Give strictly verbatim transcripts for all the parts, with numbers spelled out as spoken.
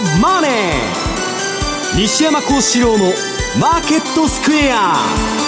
マネー。西山孝四郎のマーケットスクエア。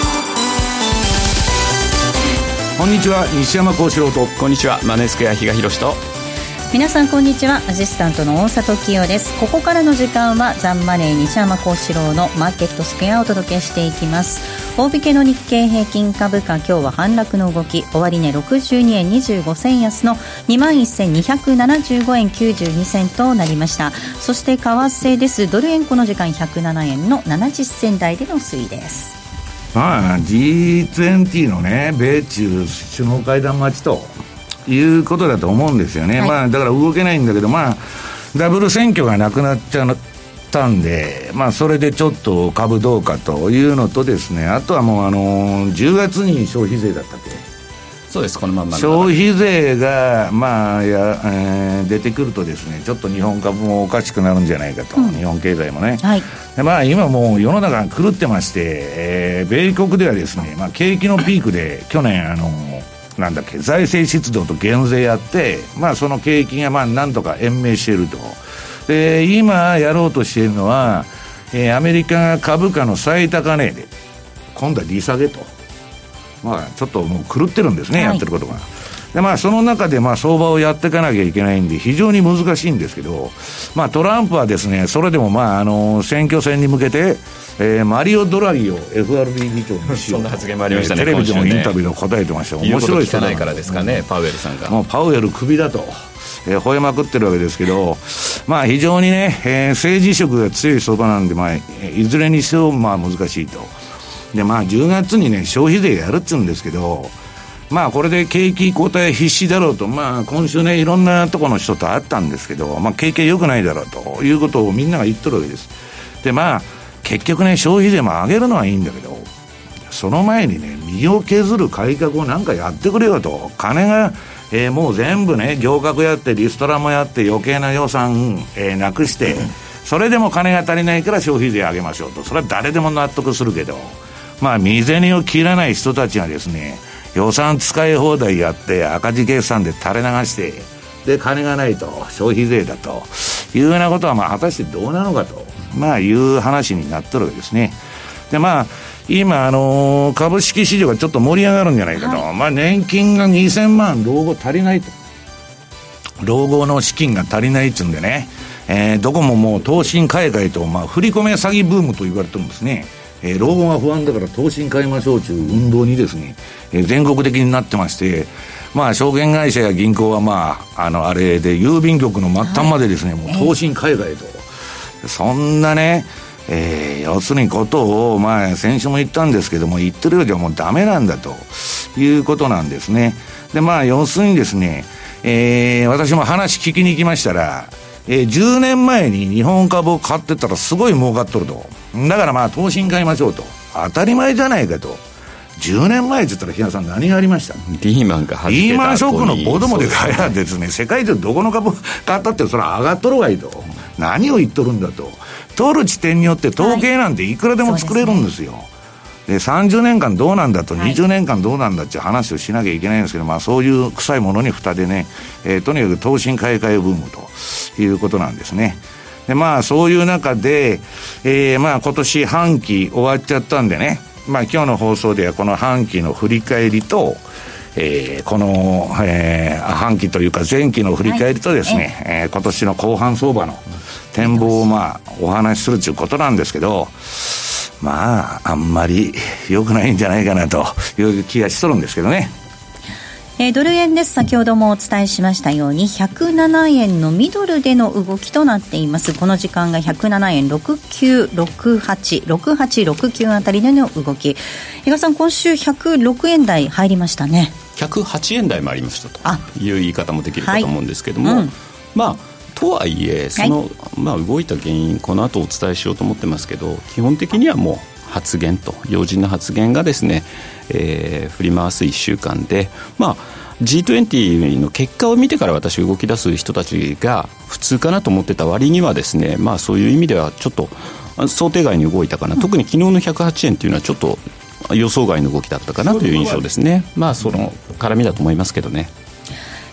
こんにちは、西山孝四郎と。 こんにちは、マネースクエア比嘉宏と。 皆さんこんにちは、アシスタントの大里清です。ここからの時間はザンマネー西山孝四郎のマーケットスクエアをお届けしていきます。大引けの日経平均株価、今日は反落の動き、終値ろくじゅうにえんにじゅうごせん安の にまんせんにひゃくななじゅうごえんきゅうじゅうにせんとなりました。そして為替です。ドル円この時間ひゃくななえんのななじゅっせん台での推移です。 まあ ジーにじゅう のね、米中首脳会談待ちということだと思うんですよね、はい。まあだから動けないんだけど、まあダブル選挙がなくなっちゃったんで、まあそれでちょっと株どうかというのとですね、あとはもうあのじゅうがつに消費税だったっけ。 そうです、このまんま消費税がまあや、えー、出てくるとですね、ちょっと日本株もおかしくなるんじゃないかと、うん、日本経済もね、はい。でまあ今もう世の中が狂ってまして、えー、米国ではですね、まあ景気のピークで去年あのなんだっけ、財政出動と減税やって、まあその景気がまあなんとか延命していると。で今やろうとしているのは、えー、アメリカ株価の最高値で今度は利下げと、まあちょっともう狂ってるんですね、はい、やってることが。でまあその中でまあ相場をやっていかなきゃいけないんで非常に難しいんですけど、まあトランプはですね、それでもまああの選挙戦に向けて、えー、マリオ・ドラギを エフアールビー 議長にしようそんな発言もありましたね、 テレビでもインタビューで答えてました。面白い人聞かないからですかね、パウエルさんが。 もうパウエルクビだと、えー、吠えまくってるわけですけど、まあ非常にね、えー、政治色が強い相場なんで、まあいずれにしてもまあ難しいと。でまあじゅうがつにね消費税やるっつうんですけど、まあこれで景気後退必至だろうと、まあ今週ねいろんなところの人と会ったんですけど、まあ景気良くないだろうということをみんなが言ってるわけです。でまあ結局ね消費税も上げるのはいいんだけど、その前にね身を削る改革をなんかやってくれよと。金が、えー、もう全部ね行革やってリストラもやって余計な予算、えー、なくして、それでも金が足りないから消費税上げましょうと。それは誰でも納得するけど、まあ身銭を切らない人たちがですね、予算使い放題やって赤字決算で垂れ流して、で金がないと消費税だというようなことはまあ果たしてどうなのかと、まあいう話になってるわけですね。でまあ今あのー、株式市場がちょっと盛り上がるんじゃないかと、はい。まあ年金がにせんまん老後足りないと、老後の資金が足りないっつうんでね、えー、どこももう投信買い替えと、まあ振り込め詐欺ブームと言われてるんですね。えー、老後が不安だから投信買いましょうという運動にですね、えー、全国的になってまして、まあ証券会社や銀行はまああのあれで郵便局の末端までですね、はい、もう投信買い替えと、えー、そんなね、えー、要するにことをまあ先週も言ったんですけども、言ってるようじゃもうダメなんだということなんですね。でまあ要するにですね、えー、私も話聞きに行きましたら、えー、じゅうねんまえに日本株を買ってたらすごい儲かっとると。だからまあ投信買いましょうと。当たり前じゃないかと。じゅうねんまえって言ったら日嘉さん何がありました？ リーマンが始めた後にリーマンショックのボトムで買えばですね、世界中どこの株買ったってそれは上がっとるがいいと。何を言っとるんだと。取る地点によって統計なんていくらでも作れるんですよ。はい、でさんじゅうねんかんどうなんだと、にじゅうねんかんどうなんだっていう話をしなきゃいけないんですけど、まあそういう臭いものに蓋でね、えー、とにかく投信買い替えブームということなんですね。でまあそういう中で、えー、まあ今年半期終わっちゃったんでね、まあ今日の放送ではこの半期の振り返りと、えー、この、えー、半期というか前期の振り返りとですね、はい、えー、今年の後半相場の展望をまあお話しするということなんですけど、まああんまり良くないんじゃないかなという気がしとるんですけどね。 えー、ドル円です。先ほどもお伝えしましたようにひゃくななえんのミドルでの動きとなっています。この時間がひゃくななえんろくきゅうろくはち、ろくはちろくきゅうあたりでの動き。比嘉さん、今週ひゃくろくえん台入りましたね。 ひゃくはちえん台もありましたという言い方もできるかと思うんですけども、はい、うん、まあとはいえその、はい、まあ、動いた原因この後お伝えしようと思ってますけど、基本的にはもう発言と要人の発言がですね、えー、振り回すいっしゅうかんで、まあ、ジートゥエンティー の結果を見てから私動き出す人たちが普通かなと思ってた割にはですね、まあ、そういう意味ではちょっと想定外に動いたかな、うん、特に昨日のひゃくはちえんというのはちょっと予想外の動きだったかなという印象ですね。まあその絡みだと思いますけどね。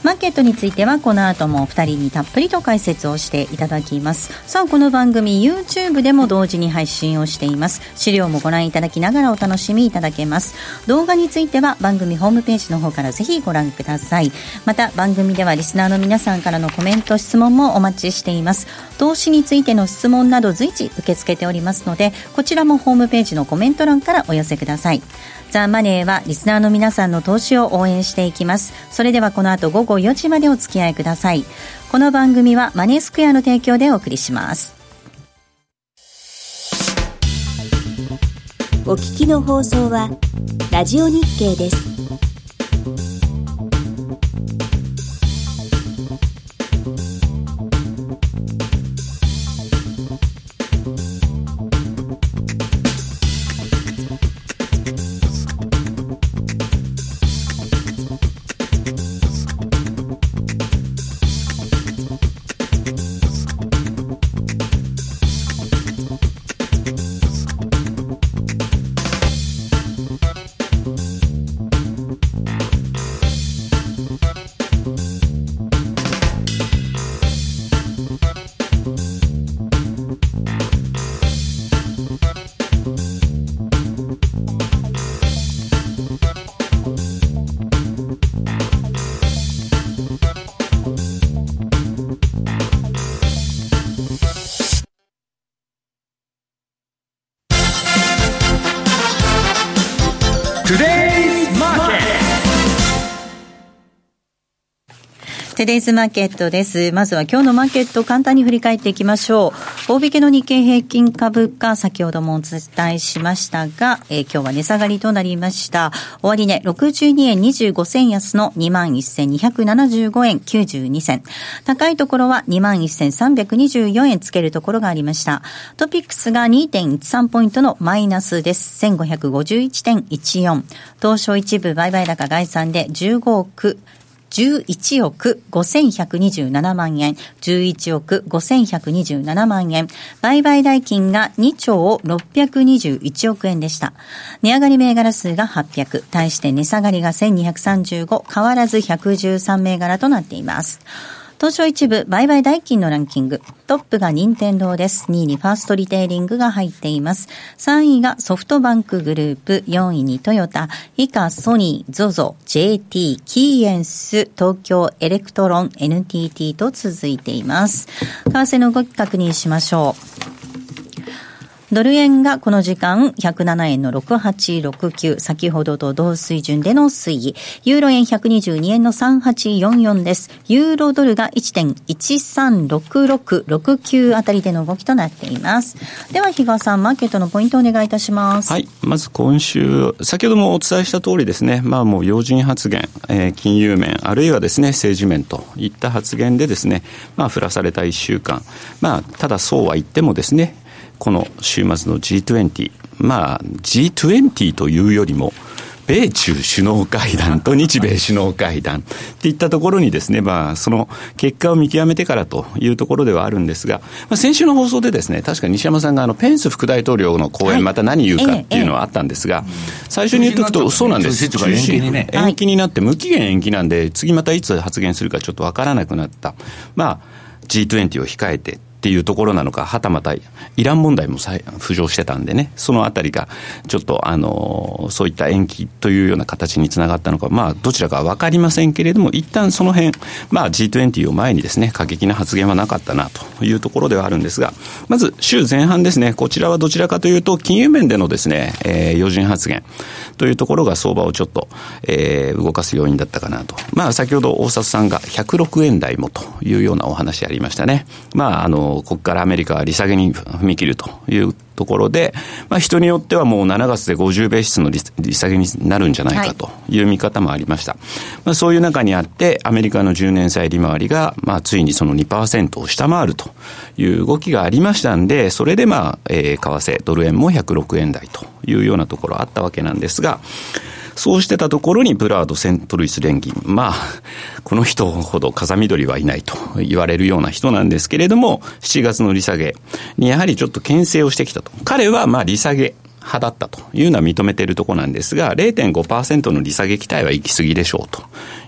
マーケットについてはこの後もお二人にたっぷりと解説をしていただきます。さあ、この番組 YouTube でも同時に配信をしています。資料もご覧いただきながらお楽しみいただけます。動画については番組ホームページの方からぜひご覧ください。また番組ではリスナーの皆さんからのコメント質問もお待ちしています。投資についての質問など随時受け付けておりますので、こちらもホームページのコメント欄からお寄せください。ザ・マネーはリスナーの皆さんの投資を応援していきます。それではこの後午後よじまでお付き合いください。この番組はマネースクエアの提供でお送りします。 お聞きの放送はラジオ日経です。 トゥデイズマーケットです。まずは今日のマーケットを簡単に振り返っていきましょう。大引けの日経平均株価、先ほどもお伝えしましたが、えー、今日は値下がりとなりました。終値ろくじゅうにえんにじゅうごせん安の にまんせんにひゃくななじゅうごえんきゅうじゅうにせん。高いところは にまんせんさんびゃくにじゅうよんえんつけるところがありました。トピックスが にてんいちさん ポイントのマイナスです。せんごひゃくごじゅういちてんいちよん。東証一部売買高概算でじゅうごおくじゅういちおくごせんひゃくにじゅうななまんえん、じゅういちおくごせんひゃくにじゅうななまんえん、売買代金がにちょうろっぴゃくにじゅういちおくえんでした。値上がり銘柄数がはっぴゃく、対して値下がりがせんにひゃくさんじゅうご、変わらずひゃくじゅうさん銘柄となっています。東証一部売買代金のランキング、トップが任天堂です。にいにファーストリテイリングが入っています。さんいがソフトバンクグループ、よんいにトヨタ、以下ソニー、ゾゾ、ジェーティー、キーエンス、東京エレクトロン、エヌティーティー と続いています。為替の動き確認しましょう。ドル円がこの時間ひゃくななえんのろくはちろくきゅう、先ほどと同水準での推移。ユーロ円ひゃくにじゅうにえんのさんはちよんよんです。ユーロドルが いってんいちさんろくろくろくきゅう あたりでの動きとなっています。では比嘉さん、マーケットのポイントをお願いいたします。 はい、まず今週先ほどもお伝えした通りですね、まあもう要人発言、えー、金融面あるいはですね政治面といった発言でですね、まあ振らされたいっしゅうかん、まあただそうは言ってもですね、この週末の ジートゥエンティー、まあ ジートゥエンティー というよりも米中首脳会談と日米首脳会談っていったところにですね、まあその結果を見極めてからというところではあるんですが、まあ、先週の放送でですね、確か西山さんがあのペンス副大統領の講演また何言うかっていうのはあったんですが、最初に言っておくとそうなんです。中止にね、延期になって無期限延期なんで、次またいつ発言するかちょっとわからなくなった。まあ ジートゥエンティー を控えてっていうところなのか、はたまたイラン問題も浮上してたんでね、そのあたりがちょっとあのそういった延期というような形につながったのか、まあどちらかは分かりませんけれども、一旦その辺、まあ ジートゥエンティー を前にですね、過激な発言はなかったなというところではあるんですが、まず週前半ですね、こちらはどちらかというと金融面でのですね、えー、要人発言というところが相場をちょっと、えー、動かす要因だったかなと。まあ先ほど大里さんがひゃくろくえん台もというようなお話ありましたね。まああのここからアメリカは利下げに踏み切るというところで、まあ、人によってはもうしがつでごじゅうベーシスの 利, 利下げになるんじゃないかという見方もありました、はい。まあ、そういう中にあってアメリカのじゅうねん債利回りが、まあ、ついにその にパーセント を下回るという動きがありましたんで、それでまあ、えー、為替ドル円もひゃくろくえん台というようなところあったわけなんですが、そうしてたところにブラードセントルイス連銀、まあこの人ほど風見鶏はいないと言われるような人なんですけれども、しちがつの利下げにやはりちょっと牽制をしてきたと。彼はまあ利下げ派だったというのは認めているところなんですが、 れいてんごパーセント の利下げ期待は行き過ぎでしょうと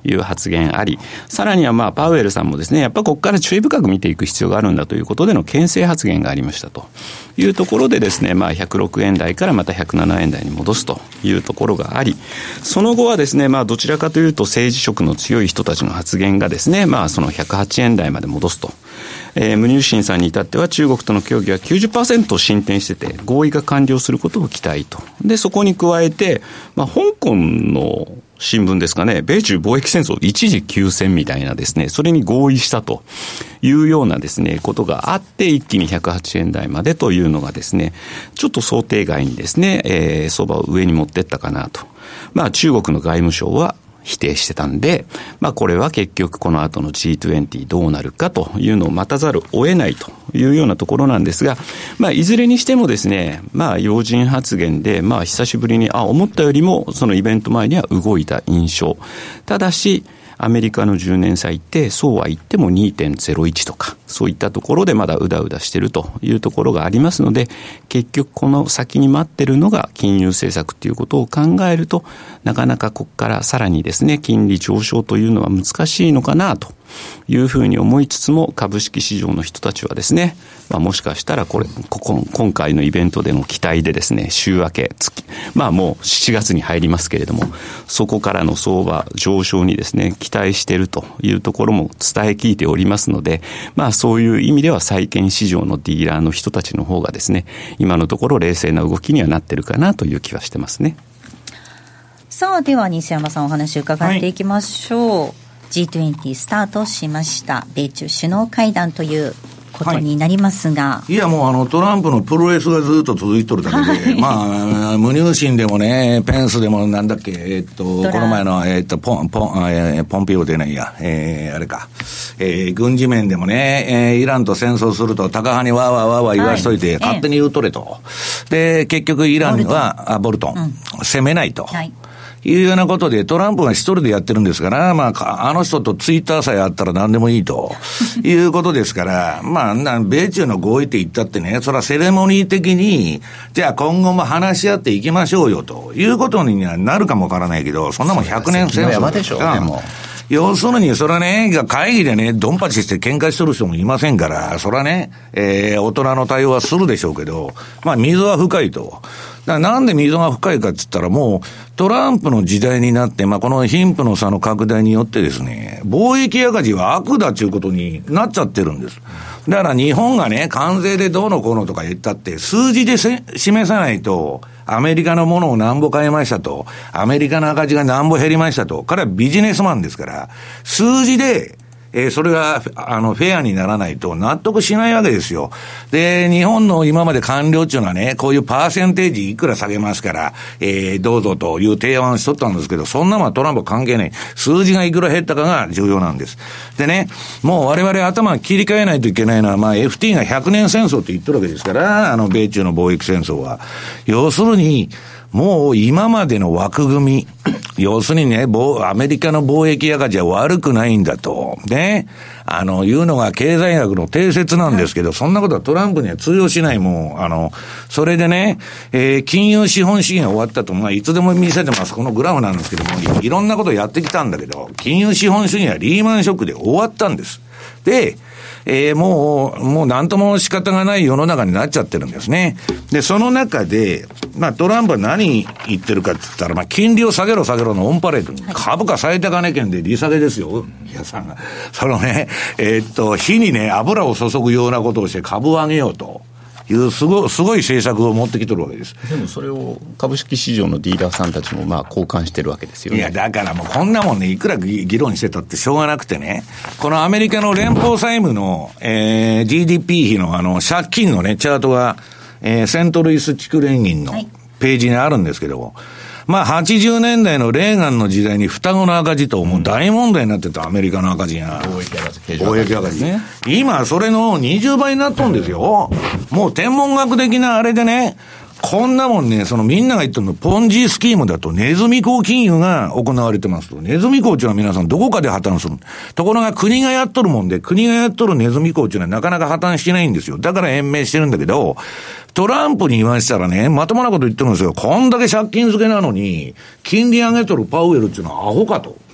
いう発言あり、さらにはまあパウエルさんもですね、やっぱここから注意深く見ていく必要があるんだということでの牽制発言がありましたというところでですね、まあひゃくろくえん台からまたひゃくななえん台に戻すというところがあり、その後はですね、まあどちらかというと政治色の強い人たちの発言がですね、まあそのひゃくはちえん台まで戻すと。えー、ムニューシンさんに至っては中国との協議は きゅうじゅっパーセント 進展してて合意が完了することを期待と。で、そこに加えて、まあ、香港の新聞ですかね、米中貿易戦争一時休戦みたいなですね、それに合意したというようなですね、ことがあって一気にひゃくはちえん台までというのがですね、ちょっと想定外にですね、えー、相場を上に持ってったかなと。まあ中国の外務省は否定してたんで、まあこれは結局この後の ジートゥエンティー どうなるかというのを待たざるを得ないというようなところなんですが、まあいずれにしてもですね、まあ要人発言で、まあ久しぶりに、あ、思ったよりもそのイベント前には動いた印象。ただし、アメリカのじゅうねん債ってそうは言っても にてんゼロいち とかそういったところでまだうだうだしてるというところがありますので、結局この先に待ってるのが金融政策ということを考えると、なかなかここからさらにですね金利上昇というのは難しいのかなというふうに思いつつも、株式市場の人たちはですね、まあ、もしかしたらこれここ今回のイベントでの期待でですね、週明け月まあもうしちがつに入りますけれども、そこからの相場上昇にですね期待しているというところも伝え聞いておりますので、まあそういう意味では債券市場のディーラーの人たちの方がですね、今のところ冷静な動きにはなってるかなという気はしてますね。 さあ、では西山さんお話伺っていきましょう。はい、ジートゥエンティー スタートしました。米中首脳会談ということになりますが、 はい、いやもうあのトランプのプロレスがずっと続いとるだけで、はい、まあ無入信でもね、ペンスでもなんだっけ、えっとこの前のえっとポンポン、えー、ポンピオでないや、えー、あれか、えー、軍事面でもね、えー、イランと戦争すると高派にわーわーわーわー言わしといて、はい、勝手に言うとれと、えー、で結局イランはボルトン、ボルトン、うん、攻めないと。はい、いうようなことでトランプが一人でやってるんですから、まあ、あの人とツイッターさえあったら何でもいいということですから、まあ、米中の合意って言ったってね、それはセレモニー的に、じゃあ今後も話し合っていきましょうよということになるかもわからないけど、そんなもんひゃくねん戦争ですから。要するに、それはね、会議でね、ドンパチして喧嘩しとる人もいませんから、それはね、えー、大人の対応はするでしょうけど、まあ、溝は深いと。だからなんで溝が深いかって言ったら、もう、トランプの時代になって、まあ、この貧富の差の拡大によってですね、貿易赤字は悪だということになっちゃってるんです。だから日本がね、関税でどうのこうのとか言ったって、数字でせ示さないと、アメリカのものを何ぼ買いましたと、アメリカの赤字が何ぼ減りましたと、彼はビジネスマンですから、数字で、えー、それが、あの、フェアにならないと納得しないわけですよ。で、日本の今まで官僚っていうのはね、こういうパーセンテージいくら下げますから、えー、どうぞという提案をしとったんですけど、そんなもんトランプ関係ない。数字がいくら減ったかが重要なんです。でね、もう我々頭切り替えないといけないのは、まあ エフティー がひゃくねん戦争って言ってるわけですから、あの、米中の貿易戦争は。要するに、もう今までの枠組み、要するにね、アメリカの貿易赤字は悪くないんだと、ね、あの、いうのが経済学の定説なんですけど、そんなことはトランプには通用しない、もう、あの、それでね、えー、金融資本主義が終わったと、まあ、いつでも見せてます、このグラフなんですけども、いろんなことをやってきたんだけど、金融資本主義はリーマンショックで終わったんです。で、えー、もう、もうなんとも仕方がない世の中になっちゃってるんですね。で、その中で、まあトランプは何言ってるかって言ったら、まあ金利を下げろ下げろのオンパレードに、はい、株価最高値圏で利下げですよ。皆さんが。そのね、えー、っと、火にね、油を注ぐようなことをして株を上げようと。いうすご、すごい政策を持ってきてるわけです。 でもそれを株式市場のディーラーさんたちもまあ交換してるわけですよね。 いやだからもうこんなもんね、いくら議論してたってしょうがなくてね、このアメリカの連邦債務の、えー、ジーディーピー 比のあの借金のねチャートが、えー、セントルイス地区連銀のページにあるんですけども、はい、まあはちじゅうねんだいのレーガンの時代に双子の赤字ともう大問題になってたアメリカの赤字が。 貿易赤字。 貿易赤字ね。今それのにじゅうばいになっとんですよ。もう天文学的なあれでね、こんなもんね、そのみんなが言ってるのポンジースキームだとネズミ講金融が行われてますと。ネズミ講っていうのは皆さんどこかで破綻する。ところが国がやっとるもんで、国がやっとるネズミ講っていうのはなかなか破綻してないんですよ。だから延命してるんだけど、トランプに言わしたらね、まともなこと言ってるんですよ。こんだけ借金付けなのに、金利上げとるパウエルっていうのはアホかと。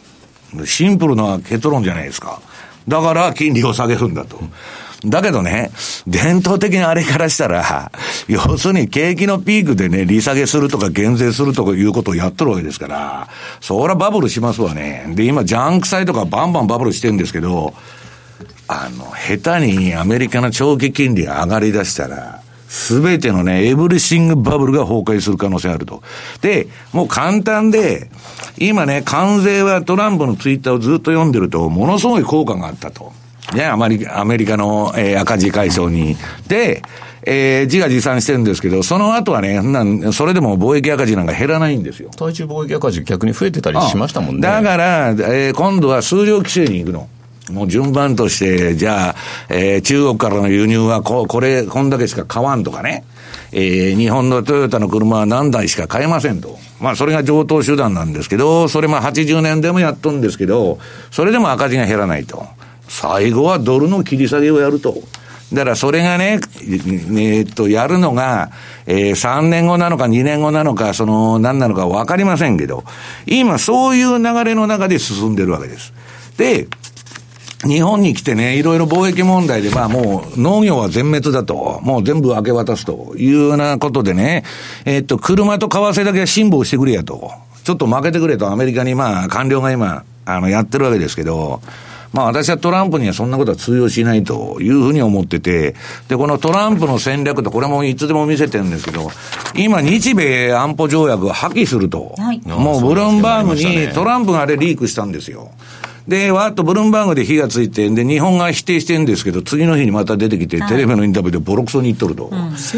シンプルな結論じゃないですか。だから金利を下げるんだと。だけどね、伝統的なあれからしたら、要するに景気のピークでね、利下げするとか減税するとかいうことをやっとるわけですから、そらバブルしますわね。で、今、ジャンク債とかバンバンバブルしてるんですけど、あの、下手にアメリカの長期金利が上がり出したら、すべてのね、エブリシングバブルが崩壊する可能性あると。で、もう簡単で、今ね、関税はトランプのツイッターをずっと読んでると、ものすごい効果があったと。ね、アメリカ、アメリカの、えー、赤字解消に。で、えー、自画自賛してるんですけど、その後はね、なんそれでも貿易赤字なんか減らないんですよ。 対中貿易赤字逆に増えてたりしましたもんね。 だから、えー、今度は数量規制に行くの。もう順番として、じゃあ、えー、中国からの輸入はこ、これ、こんだけしか買わんとかね。えー、日本のトヨタの車は何台しか買えませんと。まあ、それが上等手段なんですけど、それまあはちじゅうねんでもやっとんですけど、それでも赤字が減らないと。最後はドルの切り下げをやると。だからそれがね、えー、っと、やるのが、えー、さんねんごなのかにねんごなのか、その、何なのかわかりませんけど、今そういう流れの中で進んでるわけです。で、日本に来てね、いろいろ貿易問題で、まあもう農業は全滅だと、もう全部明け渡すというようなことでね、えー、っと、車と為替だけは辛抱してくれやと。ちょっと負けてくれとアメリカにまあ官僚が今、あの、やってるわけですけど、まあ私はトランプにはそんなことは通用しないというふうに思ってて、で、このトランプの戦略とこれもいつでも見せてるんですけど、今日米安保条約を破棄すると、はい、もうブルームバーグにトランプがあれリークしたんですよ。で、わーっとブルームバーグで火がついて、で、日本が否定してるんですけど、次の日にまた出てきて、はい、テレビのインタビューでボロクソに言っとると。うん、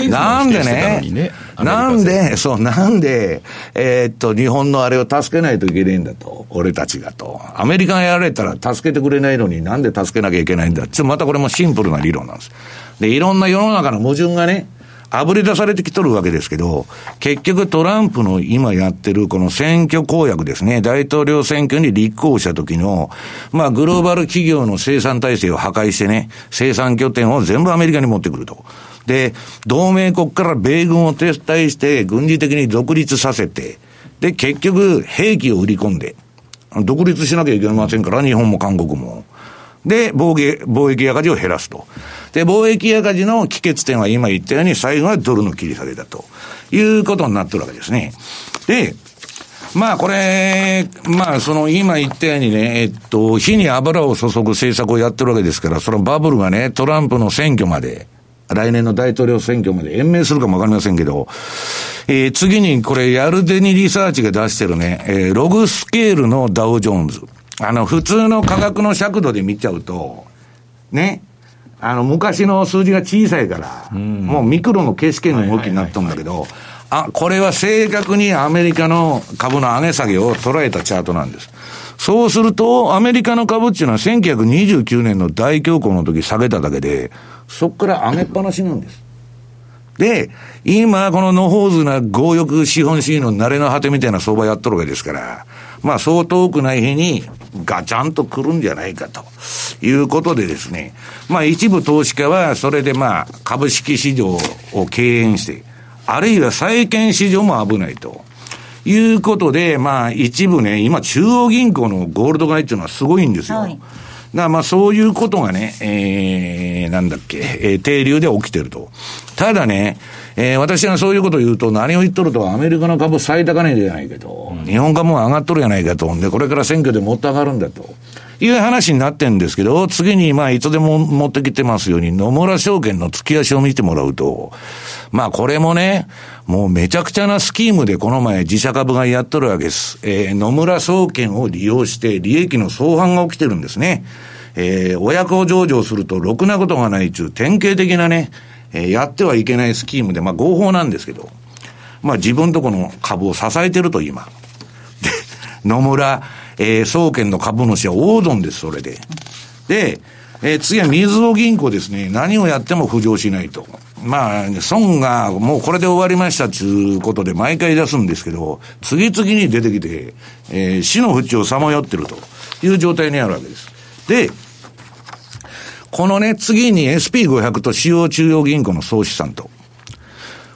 なんでね、ねなんで、そう、なんで、えー、っと、日本のあれを助けないといけないんだと。俺たちがと。アメリカがやられたら助けてくれないのになんで助けなきゃいけないんだ。ちょ、またこれもシンプルな理論なんです。で、いろんな世の中の矛盾がね、あぶり出されてきとるわけですけど、結局トランプの今やってるこの選挙公約ですね、大統領選挙に立候補した時の、まあグローバル企業の生産体制を破壊してね、生産拠点を全部アメリカに持ってくると。で、同盟国から米軍を撤退して軍事的に独立させて、で、結局兵器を売り込んで、独立しなきゃいけませんから、日本も韓国も。で、貿易、貿易赤字を減らすと。で、貿易赤字の帰結点は今言ったように最後はドルの切り下げだということになってるわけですね。で、まあこれ、まあその今言ったようにね、えっと、火に油を注ぐ政策をやってるわけですから、そのバブルがね、トランプの選挙まで、来年の大統領選挙まで延命するかもわかりませんけど、えー、次にこれヤルデニリサーチが出してるね、えー、ログスケールのダウジョーンズ。あの、普通の価格の尺度で見ちゃうと、ね、あの、昔の数字が小さいから、うん、もうミクロの景色の動きになったんだけど、あ、これは正確にアメリカの株の上げ下げを捉えたチャートなんです。そうすると、アメリカの株っていうのはせんきゅうひゃくにじゅうきゅうねんの大恐慌の時下げただけで、そっから上げっぱなしなんです。で、今、この野放図な強欲資本主義の慣れの果てみたいな相場やっとるわけですから、まあ、そう遠くない日にガチャンと来るんじゃないかということでですね、まあ、一部投資家はそれでまあ、株式市場を敬遠して、あるいは債券市場も危ないということで、まあ、一部ね、今、中央銀行のゴールド買いっていうのはすごいんですよ。はい、だからまあ、そういうことがね、えー、なんだっけ、えー、定流で起きてると。ただね、えー、私がそういうことを言うと、何を言っとると、アメリカの株最高値じゃないかと、うん、日本株も上がっとるじゃないかと、で、これから選挙でもっと上がるんだという話になってるんですけど、次にまあ、いつでも持ってきてますように、野村証券の月足を見てもらうと、まあ、これもね、もうめちゃくちゃなスキームでこの前自社株がやっとるわけです。えー、野村証券を利用して利益の相反が起きてるんですね。えー、親子上場するとろくなことがないという典型的なね、えー、やってはいけないスキームで、まあ合法なんですけど、まあ自分とこの株を支えてると今。で、野村、えー、証券の株主は大損です、それで。で、えー、次はみずほ銀行ですね。何をやっても浮上しないと。まあ、損がもうこれで終わりましたということで毎回出すんですけど、次々に出てきて、えー、死の淵をさまよってるという状態にあるわけです。で、このね、次に エスピーごひゃく と主要中央銀行の総資産と。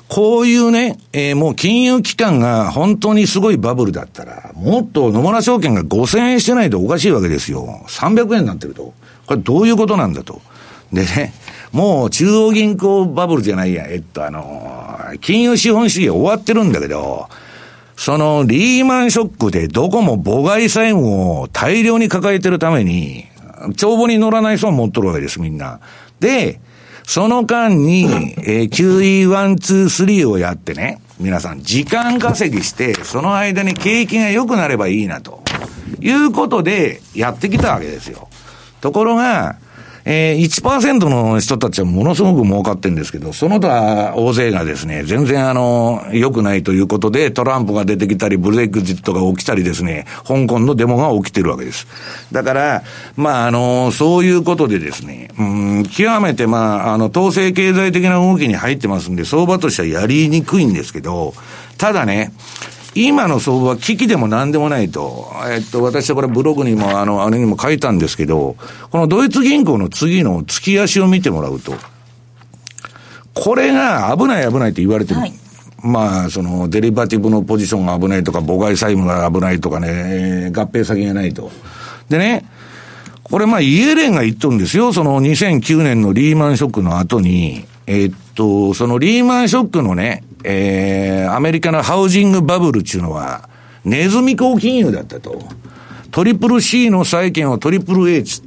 こういうね、えー、もう金融機関が本当にすごいバブルだったら、もっと野村証券がごせんえんしてないとおかしいわけですよ。さんびゃくえんになってると。これどういうことなんだと。でね、もう中央銀行バブルじゃないや、えっとあの、金融資本主義は終わってるんだけど、そのリーマンショックでどこも母外債務を大量に抱えてるために、帳簿に乗らない人を持っとるわけです、みんな。で、その間に、えー、キューイーワン、ツー、スリーをやってね、皆さん時間稼ぎして、その間に景気が良くなればいいな、ということでやってきたわけですよ。ところが、えー、いちパーセント の人たちはものすごく儲かってるんですけど、その他大勢がですね、全然あの、良くないということで、トランプが出てきたり、ブレグジットが起きたりですね、香港のデモが起きてるわけです。だから、まああの、そういうことでですね、うん、極めてまあ、あの、統制経済的な動きに入ってますんで、相場としてはやりにくいんですけど、ただね、今の相場は危機でも何でもないと。えっと、私はこれブログにも、あの、あれにも書いたんですけど、このドイツ銀行の次の月足を見てもらうと、これが危ない危ないって言われてる。はい、まあ、その、デリバティブのポジションが危ないとか、母外債務が危ないとかね、合併先がないと。でね、これまあ、イエレンが言っとるんですよ。そのにせんきゅうねんのリーマンショックの後に、えっと、そのリーマンショックのね、えー、アメリカのハウジングバブルっていうのは、ネズミ講金融だったと。トリプル C の債券をトリプル H って、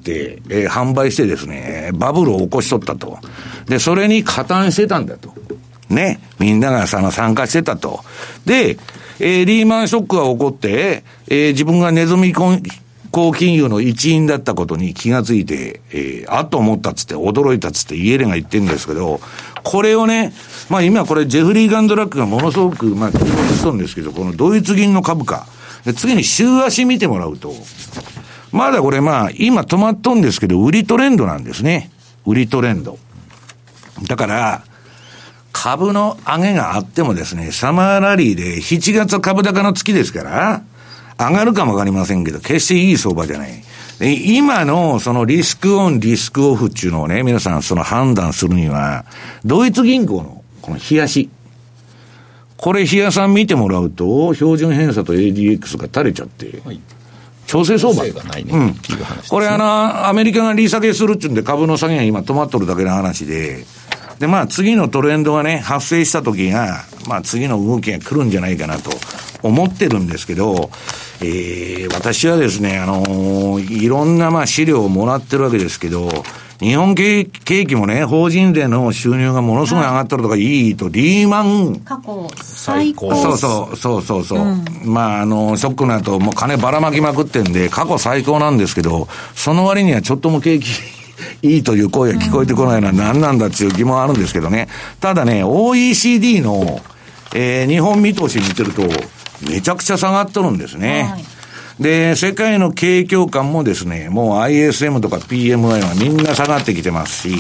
えー、販売してですね、バブルを起こしとったと。で、それに加担してたんだと。ね。みんながその参加してたと。で、えー、リーマンショックが起こって、えー、自分がネズミ講金融の一員だったことに気がついて、えー、あっと思ったっつって、驚いたっつってイエレンが言ってるんですけど、これをね、まあ今これジェフリー・ガンドラックがものすごく、まあ注目しとるんですけど、このドイツ銀の株価。で次に週足見てもらうと、まだこれまあ今止まっとんですけど、売りトレンドなんですね。売りトレンド。だから、株の上げがあってもですね、サマーラリーでしちがつ株高の月ですから、上がるかもわかりませんけど、決していい相場じゃない。で今のそのリスクオン、リスクオフっていうのをね、皆さんその判断するには、ドイツ銀行のこの冷やし。これ冷やさん見てもらうと、標準偏差と エーディーエックス が垂れちゃって、はい、調整相場。調整がないね、うん。っていう話ですね。これあの、アメリカが利下げするっていうんで株の下げが今止まっとるだけの話で、でまあ次のトレンドがね、発生した時が、まあ次の動きが来るんじゃないかなと思ってるんですけど、えー、私はですね、あのー、いろんなまあ資料をもらってるわけですけど、日本景気もね、法人税の収入がものすごい上がったるとかいいと、リーマン。 過去最高。 そうそう、そうそうそう。うん、まあ、あの、ショックの後、もう金ばらまきまくってんで、過去最高なんですけど、その割にはちょっとも景気いいという声が聞こえてこないのは何なんだっていう疑問あるんですけどね。ただね、オーイーシーディー の、えー、日本見通し見てると、めちゃくちゃ下がっとるんですね。はい、で、世界の景況感もですね、もう アイエスエム とか ピーエムアイ はみんな下がってきてますし、うん、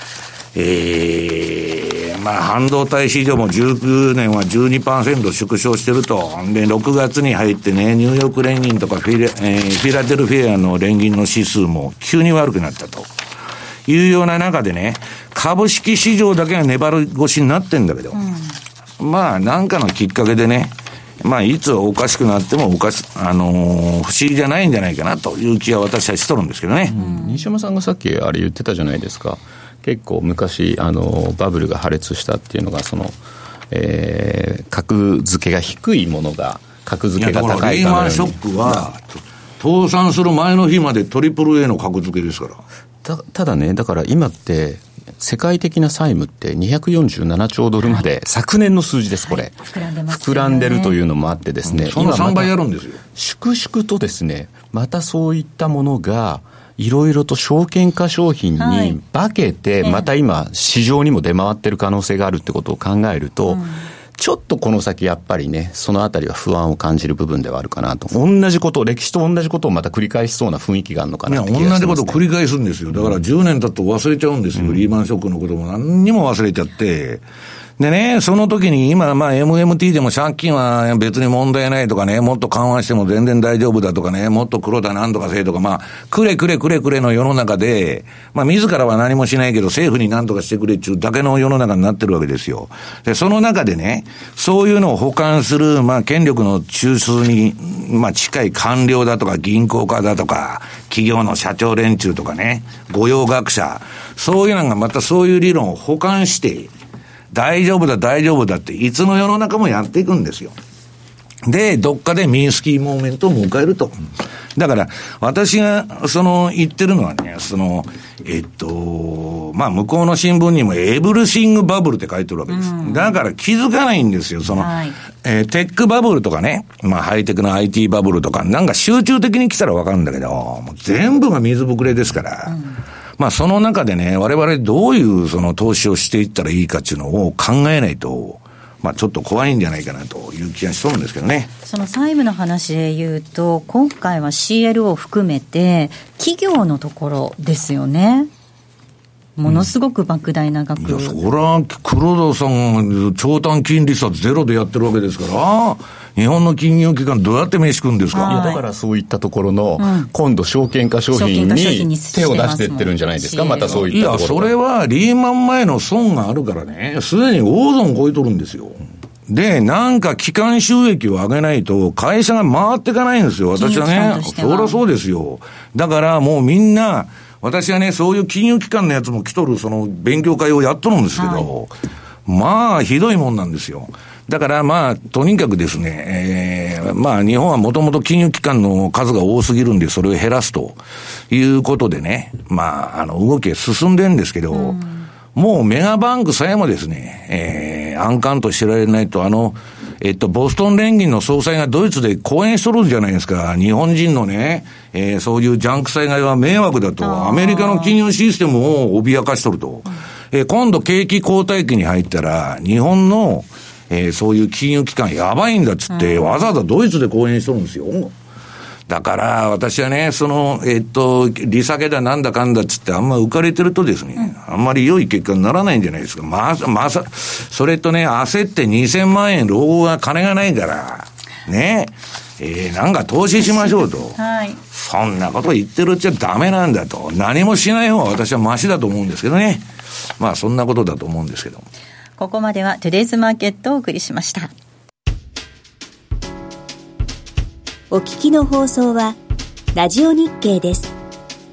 えー、まあ半導体市場もじゅうきゅうねんは じゅうにパーセント 縮小してると。で、ろくがつに入ってね、ニューヨーク連銀とかフィラ、えー、フィラデルフィアの連銀の指数も急に悪くなったというような中でね、株式市場だけが粘り腰になってんだけど、うん、まあなんかのきっかけでね、まあ、いつおかしくなってもおかし、あのー、不思議じゃないんじゃないかなという気は私はしとるんですけどね。 うん、西山さんがさっきあれ言ってたじゃないですか。結構昔、あの、バブルが破裂したっていうのが、その、えー、格付けが低いものが、格付けが高いかのように。 リーマンショックは、倒産する前の日までトリプル A の格付けですから。 た, ただね、だから今って、世界的な債務ってにひゃくよんじゅうななちょうドルまで、昨年の数字です、これ。 膨らんでますね。 膨らんでるというのもあってですね。うん、 そのさんばいやるんですよ。 粛々とですね、またそういったものが、いろいろと証券化商品に化けて、また今、市場にも出回ってる可能性があるってことを考えると、うん、ちょっとこの先やっぱりね、そのあたりは不安を感じる部分ではあるかなと。同じこと、歴史と同じことをまた繰り返しそうな雰囲気があるのかなって気がしますね。 いや、同じことを繰り返すんですよ。だからじゅうねん経つと忘れちゃうんですよ。うん、リーマンショックのことも何にも忘れちゃって。 でね、その時に今、まあ エムエムティー でも借金は別に問題ないとかね、もっと緩和しても全然大丈夫だとかね、もっと黒田なんとかせえとか、まあ、くれくれくれくれの世の中で、まあ自らは何もしないけど政府に何とかしてくれっていうだけの世の中になってるわけですよ。で、その中でね、そういうのを補完する、まあ権力の中枢に、まあ近い官僚だとか銀行家だとか、企業の社長連中とかね、御用学者、そういうのがまたそういう理論を補完して、大丈夫だ大丈夫だっていつの世の中もやっていくんですよ。で、どっかでミンスキーモーメントを迎えると。だから、私が、その、言ってるのはね、その、えっと、まあ、向こうの新聞にもエブリシングバブルって書いてるわけです。うん、だから気づかないんですよ。その、はい、えー、テックバブルとかね、まあ、ハイテクの アイティー バブルとか、なんか集中的に来たらわかるんだけど、もう全部が水ぶくれですから、うん、まあその中でね、我々どういうその投資をしていったらいいかっていうのを考えないと、まあちょっと怖いんじゃないかなという気がしそうなんですけどね。 その債務の話で言うと、今回は シーエルオー 含めて企業のところですよね。ものすごく莫大な額、うん、いや、そりゃ黒田さん長短金利差ゼロでやってるわけですから、日本の金融機関どうやって飯食うんですか。 いや、だからそういったところの、うん、今度証券化商品に手を出していってるんじゃないですか。またそういったところ。いや、 それはリーマン前の損があるからね、すでに大損超えとるんですよ。で、なんか基幹収益を上げないと会社が回っていかないんですよ。私はね、そりゃそうですよ。だからもうみんな、私はね、そういう金融機関のやつも来とる、その勉強会をやっとるんですけど、はい、まあ、ひどいもんなんですよ。だからまあ、とにかくですね、えー、まあ、日本はもともと金融機関の数が多すぎるんで、それを減らすということでね、まあ、あの、動きが進んでるんですけど、うん、もうメガバンクさえもですね、えー、暗冠と知られないと、あの、えっと、ボストン連銀の総裁がドイツで講演しとるんじゃないですか。日本人のね、えー、そういうジャンク災害は迷惑だと。アメリカの金融システムを脅かしとると。えー、今度景気後退期に入ったら、日本の、えー、そういう金融機関やばいんだっつって、わざわざドイツで講演しとるんですよ。だから、私はね、その、えっと、利下げだなんだかんだっつってあんま浮かれてるとですね、うん、あんまり良い結果にならないんじゃないですか。まさ、まさ、それとね、焦ってにせんまんえん老後が金がないから、ね、えー、なんか投資しましょうと。はい。そんなこと言ってるっちゃダメなんだと。何もしない方が私はマシだと思うんですけどね。まあ、そんなことだと思うんですけど。 ここまではトゥデイズマーケットをお送りしました。 お聞きの放送はラジオ日経です。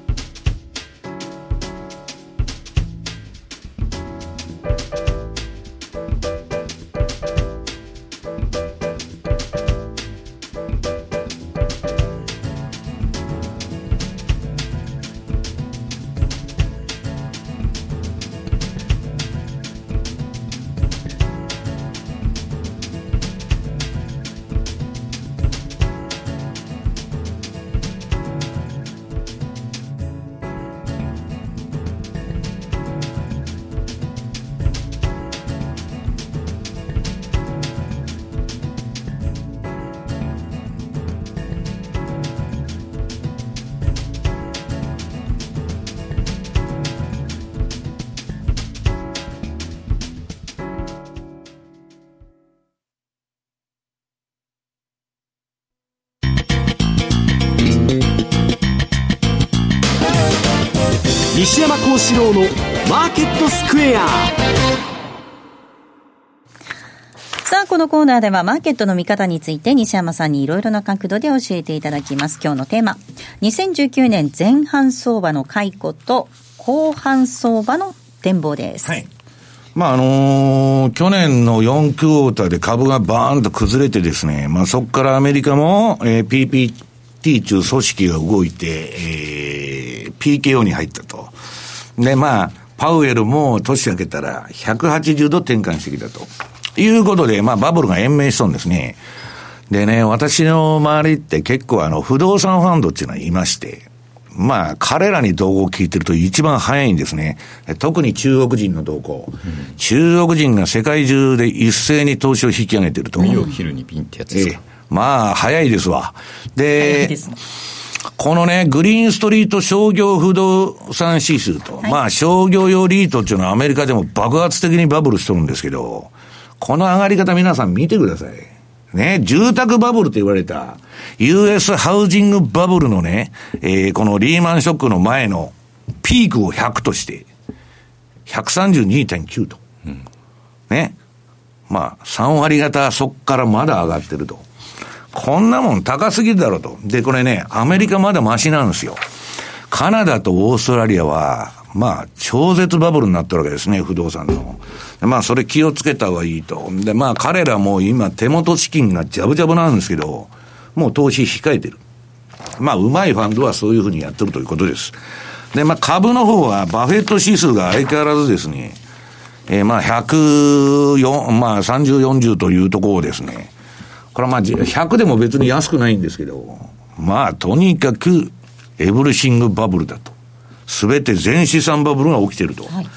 西山幸四郎のマーケットスクエア。 さあ、このコーナーではマーケットの見方について西山さんにいろいろな角度で教えていただきます。今日のテーマ、にせんじゅうきゅうねん前半相場の回顧と後半相場の展望です。 はい、まああのー、去年のよんクォーターで株がバーンと崩れてですね、まあそこからアメリカも、えー、ピーピーティー 中組織が動いて、えー、ピーケーオー に入ったと。で、まあ、パウエルも年明けたらひゃくはちじゅうど転換してきたと。いうことで、まあバブルが延命しそうですね。でね、私の周りって結構あの、不動産ファンドっていうのはいまして、まあ、彼らに動向を聞いてると一番早いんですね。特に中国人の動向。うん、中国人が世界中で一斉に投資を引き上げてると。 身を切るにピンってやつですか。 えーまあ、早いですわ。で、ですね、このね、グリーンストリート商業不動産指数と、はい、まあ、商業用リートっていうのはアメリカでも爆発的にバブルしとるんですけど、 この上がり方皆さん見てください。ね、住宅バブルと言われた ユーエス ハウジングバブルのね、えー、このリーマンショックの前のピークをひゃくとして、ひゃくさんじゅうにてんきゅう と。うん、ね。まあ、さん割方そっからまだ上がってると。こんなもん高すぎるだろうと。で、これね、アメリカまだマシなんですよ。カナダとオーストラリアは、まあ、超絶バブルになってるわけですね、不動産の。まあ、それ気をつけた方がいいと。で、まあ、彼らも今手元資金がジャブジャブなんですけど、もう投資控えてる。まあ、うまいファンドはそういうふうにやってるということです。で、まあ、株の方は、バフェット指数が相変わらずですね、えー、まあ、ひゃくよん、まあ、さんじゅう、よんじゅうというところですね。これはまあ、ひゃくでも別に安くないんですけど、まあ、とにかく、エブリシングバブルだと。すべて全資産バブルが起きていると。はい、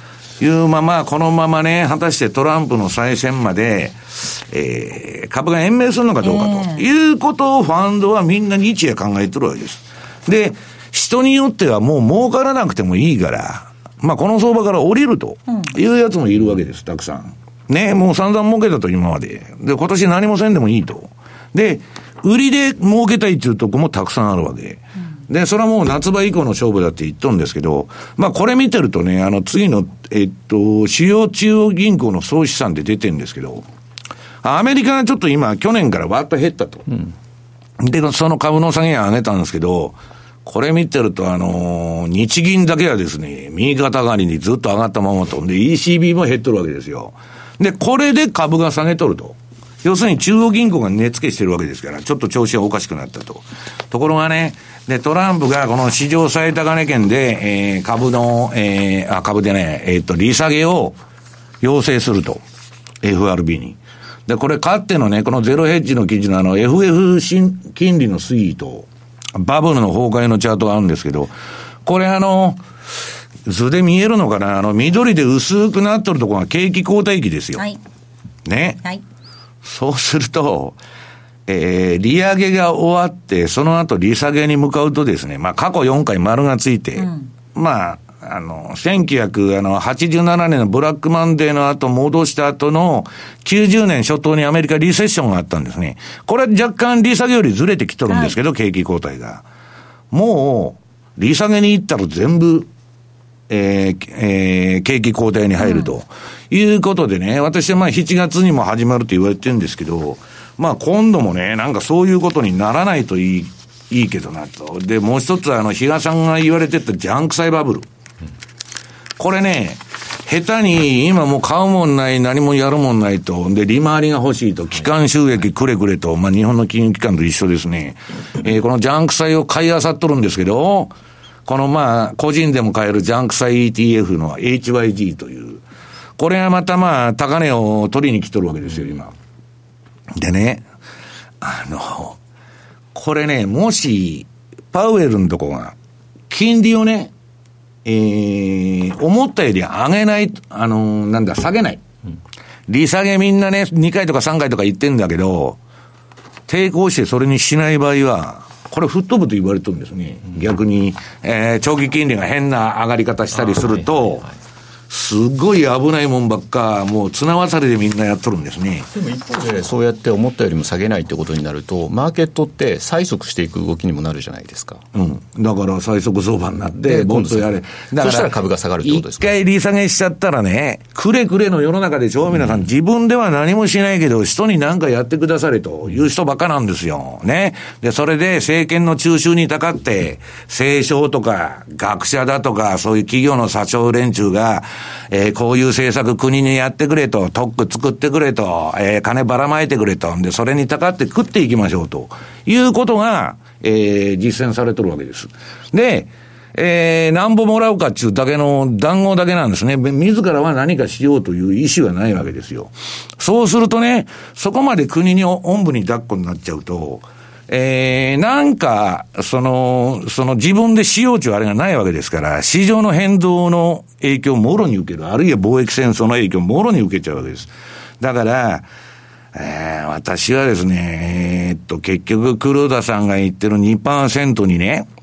いうまま、このままね、果たしてトランプの再選まで、えー、株が延命するのかどうかと、えー、いうことをファンドはみんな日夜考えてるわけです。で、人によってはもう儲からなくてもいいから、まあこの相場から降りるというやつもいるわけです、たくさん。ね、もう散々儲けたと今まで。で、今年何もせんでもいいと。で、売りで儲けたいっていうとこもたくさんあるわけ。うん、で、それはもう夏場以降の勝負だって言っとるんですけど、まあこれ見てるとね、あの次の、えっと、主要中央銀行の総資産で出てるんですけど、アメリカがちょっと今、去年からわーっと減ったと。うん、で、その株の下げを上げたんですけど、これ見てると、あのー、日銀だけはですね、右肩上がりにずっと上がったままと。で、イーシービー も減っとるわけですよ。で、これで株が下げとると。要するに中央銀行が値付けしてるわけですから、ちょっと調子がおかしくなったと。ところがね、で、トランプがこの史上最高値圏で、えー、株の、えー、あ、株でね、えー、っと、利下げを要請すると。エフアールビー に。で、これ、かってのね、このゼロヘッジの記事のあの、エフエフ 金利の推移と、バブルの崩壊のチャートがあるんですけど、これあの、図で見えるのかな、あの、緑で薄くなっとるところが景気後退期ですよ。はい。ね。はい。そうすると、えー、利上げが終わって、その後利下げに向かうとですね、まあ過去よんかい丸がついて、うん、まあ、あの、せんきゅうひゃくはちじゅうななねんのブラックマンデーの後戻した後のきゅうじゅうねん初頭にアメリカリセッションがあったんですね。これ若干利下げよりずれてきとるんですけど、はい、景気後退が。もう、利下げに行ったら全部、えーえー、景気後退に入ると、うん、いうことでね、私はまあしちがつにも始まると言われてるんですけど、まあ今度もね、なんかそういうことにならないといい、いいけどなと。で、もう一つあの、比嘉さんが言われてたジャンク債バブル。これね、下手に今もう買うもんない、何もやるもんないと。で、利回りが欲しいと。機関収益くれくれと。まあ日本の金融機関と一緒ですね。えー、このジャンク債を買い漁っとるんですけど、このまあ、個人でも買えるジャンク債 イーティーエフ の エイチワイジー という。これはまたまあ、高値を取りに来とるわけですよ、今。でね、あの、これね、もし、パウエルのとこが、金利をね、えー、思ったより上げない、あのー、なんだ、下げない。うん、利下げみんなね、にかいとかさんかいとか言ってんだけど、抵抗してそれにしない場合は、これ吹っ飛ぶと言われてるんですね。うん、逆に、えー、長期金利が変な上がり方したりすると、すごい危ないもんばっか、もう綱渡りでみんなやっとるんですね。 でも一方で、そうやって思ったよりも下げないってことになると、マーケットって催促していく動きにもなるじゃないですか。 うん。だから催促相場になって、 今度やれ。だからそしたら株が下がるってことですか。 一回利下げしちゃったらね、くれくれの世の中でしょ、皆さん、うん、自分では何もしないけど、人に何かやってくだされという人ばっかなんですよ。ね。で、それで政権の中枢にたかって、政商とか、学者だとか、そういう企業の社長連中が、えー、こういういう政策国にやってくれと、特区作ってくれと、えー、金ばらまいてくれと、で、それにたかって食っていきましょうということが、えー、実践されてるわけです。で、えー、なんぼもらうかっていうだけの談合だけなんですね。自らは何かしようという意思はないわけですよ。そうするとね、そこまで国におんぶに抱っこになっちゃうと、えー、なんか、その、その自分で使用値はあれがないわけですから、市場の変動の影響をもろに受ける。あるいは貿易戦争の影響をもろに受けちゃうわけです。だから、えー、私はですね、えー、っと、結局黒田さんが言ってる にパーセント にね、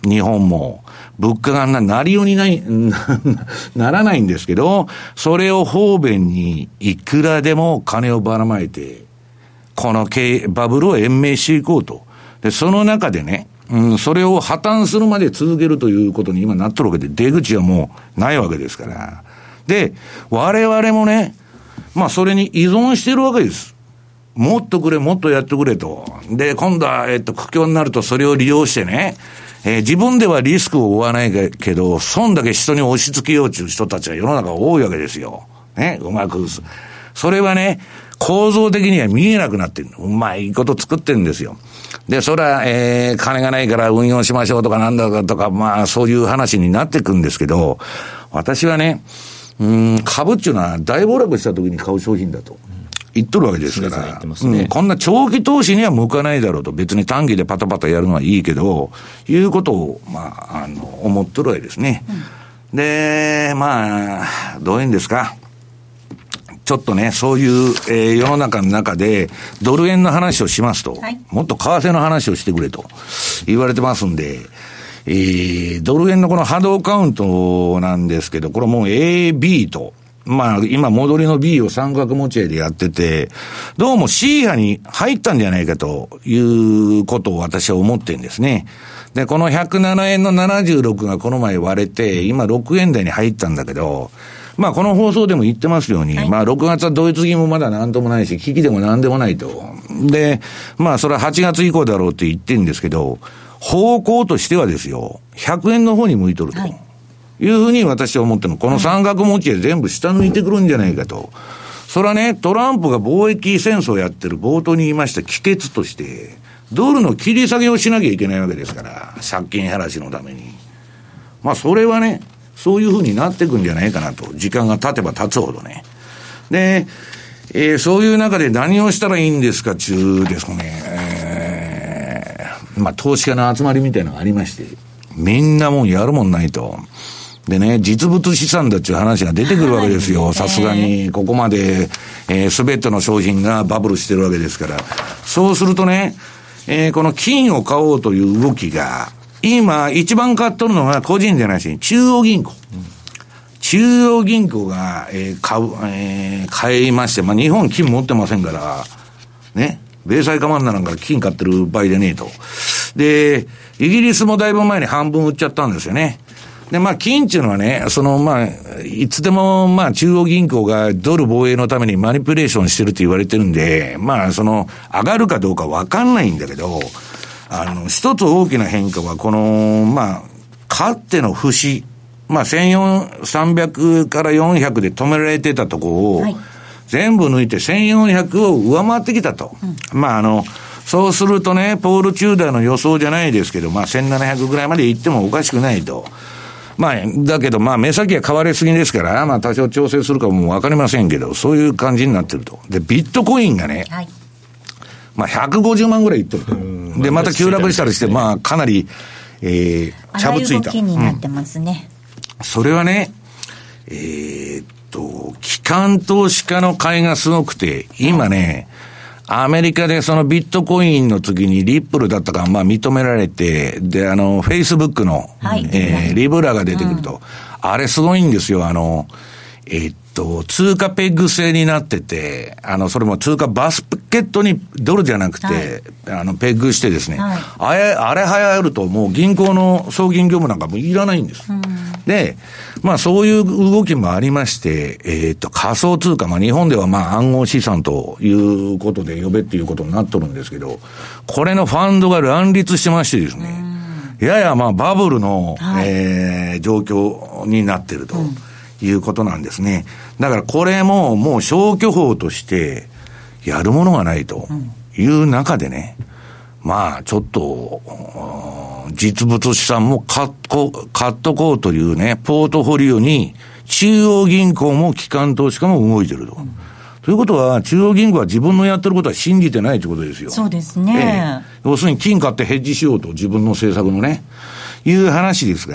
日本も。物価がな、なりようにない、な、ならないんですけど、それを方便にいくらでも金をばらまいて、この経営、バブルを延命していこうと。で、その中でね、うん、それを破綻するまで続けるということに今なっとるわけで、出口はもうないわけですから。で、我々もね、まあそれに依存してるわけです。もっとくれ、もっとやってくれと。で、今度は、えっと、苦境になるとそれを利用してね、えー、自分ではリスクを負わないけど、損だけ人に押し付けようという人たちが世の中多いわけですよ。ね、うまく。それはね、構造的には見えなくなってる。うまいこと作ってるんですよ。で、それは、えー、金がないから運用しましょうとかなんだかとか、まあ、そういう話になってくんですけど、私はね、うーん、株っていうのは大暴落した時に買う商品だと。言っとるわけですから、ねうん、こんな長期投資には向かないだろうと、別に短期でパタパタやるのはいいけど、いうことを、まあ、あの、思っとるわけですね。うん、で、まあ、どういうんですか。ちょっとね、そういう、えー、世の中の中で、ドル円の話をしますと、はい、もっと為替の話をしてくれと言われてますんで、えー、ドル円のこの波動カウントなんですけど、これもう エービー と、まあ、今、戻りの B を三角持ち合いでやってて、どうも C 波に入ったんじゃないかということを私は思ってるんですね。で、このひゃくななえんのななじゅうろくがこの前割れて、今ろくえん台に入ったんだけど、まあ、この放送でも言ってますように、はい、まあ、ろくがつはドイツ銀もまだなんともないし、危機でもなんでもないと。で、まあ、それははちがつ以降だろうって言ってるんですけど、方向としてはですよ、ひゃくえんの方に向いとると。はいいうふうに私は思ってるの。この三角持ちで全部下抜いてくるんじゃないかと。それはね、トランプが貿易戦争をやってる冒頭に言いました帰結として、ドルの切り下げをしなきゃいけないわけですから、借金減らしのために。まあそれはね、そういうふうになっていくんじゃないかなと。時間が経てば経つほどね。で、えー、そういう中で何をしたらいいんですかちゅうですかね。えー、まあ投資家の集まりみたいなのがありまして、みんなもんやるもんないと。でね、実物資産だっていう話が出てくるわけですよ。さすがに、ここまで、えー、すべての商品がバブルしてるわけですから。そうするとね、えー、この金を買おうという動きが、今、一番買っとるのは個人じゃないし、中央銀行。うん、中央銀行が、えー、買う、えー、買いまして、まあ、日本金持ってませんから、ね、米債かまんならんから金買ってる場合でねえと。で、イギリスもだいぶ前に半分売っちゃったんですよね。で、まあ、金っていうのはね、その、まあ、いつでも、まあ、中央銀行がドル防衛のためにマニピュレーションしてるって言われてるんで、まあ、その、上がるかどうかわかんないんだけど、あの、一つ大きな変化は、この、まあ、かつての節、まあ、せんさんびゃくからよんひゃくで止められてたとこを、はい、全部抜いてせんよんひゃくを上回ってきたと。うん、まあ、あの、そうするとね、ポール・チューダーの予想じゃないですけど、まあ、せんななひゃくぐらいまで行ってもおかしくないと。まあ、だけど、まあ、目先は変わりすぎですから、まあ、多少調整するかもわかりませんけど、そういう感じになってると。で、ビットコインがね、はい、まあ、ひゃくごじゅうまんぐらいいってると。で、また急落したりして、まあ、かなり、えー、ちゃぶついた。 荒い動きになってますね。 うん、それはね、えー、っと、機関投資家の買いがすごくて、今ね、アメリカでそのビットコインの次にリップルだったかまあ認められて、で、あの、フェイスブックの、はい、えー、リブラが出てくると、うん、あれすごいんですよ、あの、えー、っと、通貨ペッグ制になってて、あの、それも通貨バスケットにドルじゃなくて、はい、あの、ペッグしてですね、はい、あれ、あれ流行るともう銀行の送金業務なんかもいらないんです。うん、で、まあそういう動きもありまして、えー、っと、仮想通貨、まあ日本ではまあ暗号資産ということで呼べっていうことになっとるんですけど、これのファンドが乱立してましてですね、ややまあバブルの、はい、えー、状況になってると。うんいうことなんですね。だからこれももう消去法としてやるものがないという中でね、うん、まあちょっと実物資産も買っこ買っとこうというねポートフォリオに中央銀行も機関投資家も動いてると、うん、ということは中央銀行は自分のやってることは信じてないということですよ。 そうですね、 ええ、要するに金買ってヘッジしようと自分の政策のねいう話ですから、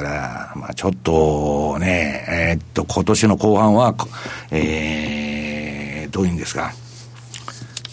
まあちょっとね、えー、っと、今年の後半は、えー、どういうんですか、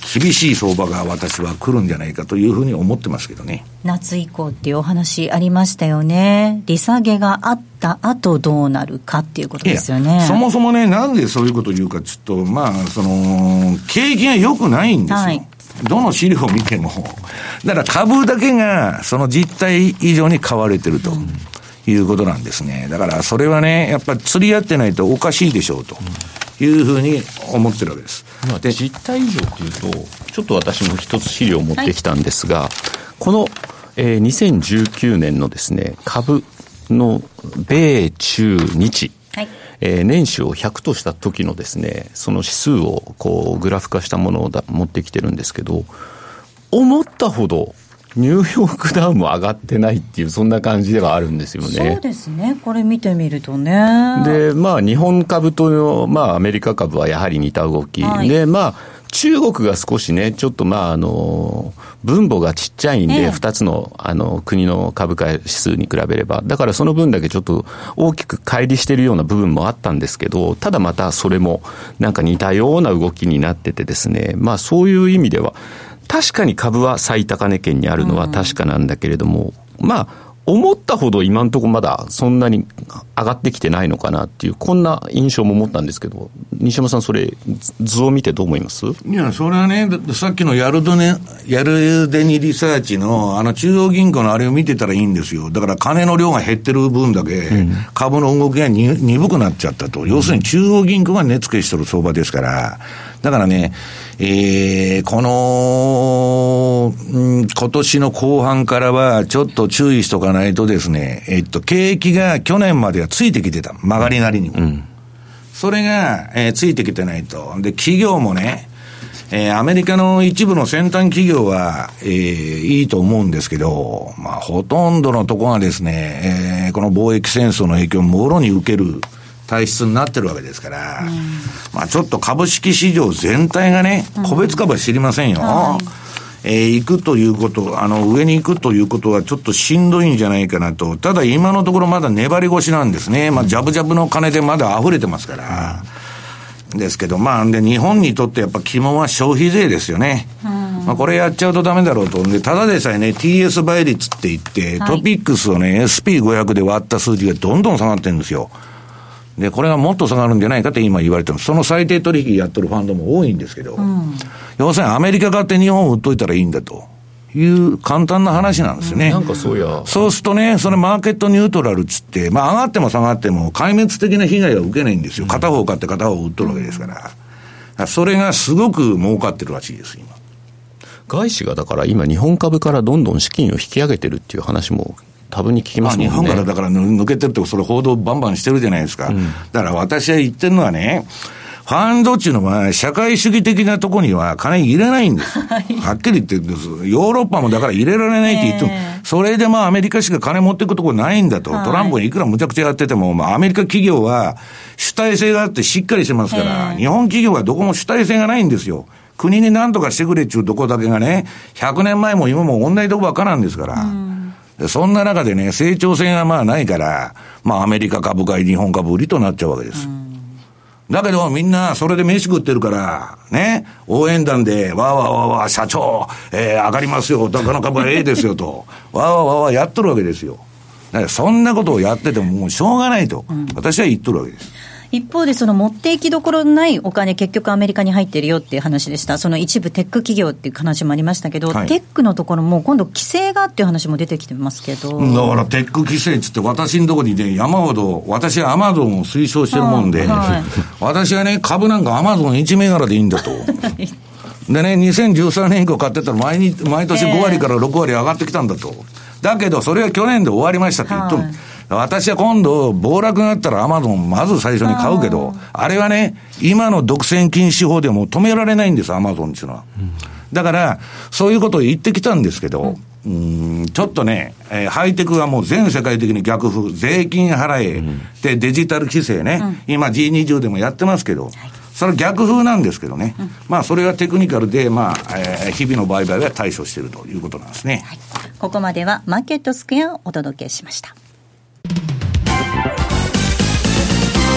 厳しい相場が私は来るんじゃないかというふうに思ってますけどね。 夏以降っていうお話ありましたよね。利下げがあった後どうなるかっていうことですよね。 いやそもそもね、なんでそういうことを言うかちょっと、まあその景気が良くないんですよ、はい、どの資料を見ても。だから株だけがその実態以上に買われてると、うんいうことなんですね。だからそれはね、やっぱり釣り合ってないとおかしいでしょうというふうに思ってるわけです。 まあ、で実態以上というと、ちょっと私も一つ資料を持ってきたんですが、はい、この、えー、にせんじゅうきゅうねんのですね、株の米中日、はいえー、年収をひゃくとした時のですね、その指数をこうグラフ化したものをだ持ってきてるんですけど、思ったほどニューヨークダウンも上がってないっていう、そんな感じではあるんですよね。 そうですね、これ見てみるとね。 で、まあ日本株と、まあアメリカ株はやはり似た動き、はい、で、まあ中国が少しね、ちょっとまああの分母がちっちゃいんで、ええ、ふたつのあの国の株価指数に比べれば、だからその分だけちょっと大きく乖離しているような部分もあったんですけど、ただまたそれもなんか似たような動きになっててですね、まあそういう意味では確かに株は最高値圏にあるのは確かなんだけれども、うん、まあ思ったほど今のところまだそんなに上がってきてないのかなっていう、こんな印象も持ったんですけど、西山さんそれ図を見てどう思います？ いや、それはね、さっきのヤルドネヤルデニリサーチのあの中央銀行のあれを見てたらいいんですよ。だから金の量が減ってる分だけ株の動きが鈍くなっちゃったと、うん、要するに中央銀行が値付けしてる相場ですから。だからね、えー、この、うん、今年の後半からはちょっと注意しとかないとですね、えっと、景気が去年まではついてきてた。曲がりなりにも。うん、それが、えー、ついてきてないと。で、企業もね、えー、アメリカの一部の先端企業は、えー、いいと思うんですけど、まあ、ほとんどのところがですね、えー、この貿易戦争の影響をもろに受ける体質になってるわけですから、うん、まあちょっと株式市場全体がね、個別株は知りませんよ。うんはいえー、行くということ、あの、上に行くということはちょっとしんどいんじゃないかなと。ただ今のところまだ粘り腰なんですね。まあ、ジャブジャブの金でまだ溢れてますから。うん、ですけど、まあ、で、日本にとってやっぱ肝は消費税ですよね。うんまあ、これやっちゃうとダメだろうと。で、ただでさえね、ティーエス 倍率って言って、はい、トピックスをね、エスピーごひゃく で割った数字がどんどん下がってるんですよ。で、これがもっと下がるんじゃないかって今言われてます。その最低取引やってるファンドも多いんですけど、うん、要するにアメリカ買って日本を売っといたらいいんだという簡単な話なんですよね。うん、 なんかそうや。 そうするとね、それマーケットニュートラルっつって、まあ上がっても下がっても壊滅的な被害は受けないんですよ。片方買って片方売っとるわけですから。だからそれがすごく儲かってるらしいです、今。 外資がだから今日本株からどんどん資金を引き上げてるっていう話も多分に聞きますもんね。 まあ、日本からだから抜けてるってそれ報道バンバンしてるじゃないですか。うん、だから私は言ってるのはね、ファンドっていうのは社会主義的なところには金入れないんです。はい、はっきり言ってるんです。ヨーロッパもだから入れられないって言っても、えー、それでまあアメリカしか金持っていくところないんだと。はい、トランプがいくらむちゃくちゃやってても、まあアメリカ企業は主体性があってしっかりしてますから、えー、日本企業はどこも主体性がないんですよ。国に何とかしてくれっていうところだけがね、ひゃくねんまえも今も同じとこばっかなんですから。うんそんな中でね、成長性がまあないから、まあアメリカ株買い、日本株売りとなっちゃうわけです。だけどみんなそれで飯食ってるから、ね、応援団で、わーわーわーわー、社長、えー、上がりますよ、だから株はええですよと、わーわーわーわーやっとるわけですよ。だからそんなことをやっててももうしょうがないと、私は言っとるわけです。 一方でその持っていきどころのないお金結局アメリカに入ってるよっていう話でした。その一部テック企業っていう話もありましたけど、はい、テックのところも今度規制がっていう話も出てきてますけど、 だからテック規制っつって私のところにね山ほど私はアマゾンを推奨してるもんで、はい、私はね株なんかアマゾンいち銘柄でいいんだとでねにせんじゅうさんねん以降買ってたら 毎, 日毎年ご割からろく割上がってきたんだと、えー、だけどそれは去年で終わりましたって言っとる、はい私は今度暴落があったらアマゾンまず最初に買うけど、あれはね今の独占禁止法でも止められないんですアマゾンっていうのは、うん、だからそういうことを言ってきたんですけど、うん、うーんちょっとね、えー、ハイテクはもう全世界的に逆風税金払え、うん、でデジタル規制ね、うん、今 ジーにじゅう でもやってますけど、はい、それは逆風なんですけどね、うん、まあそれはテクニカルでまあ、えー、日々の売買は対処しているということなんですね、 はい、ここまではマーケットスクエアをお届けしました。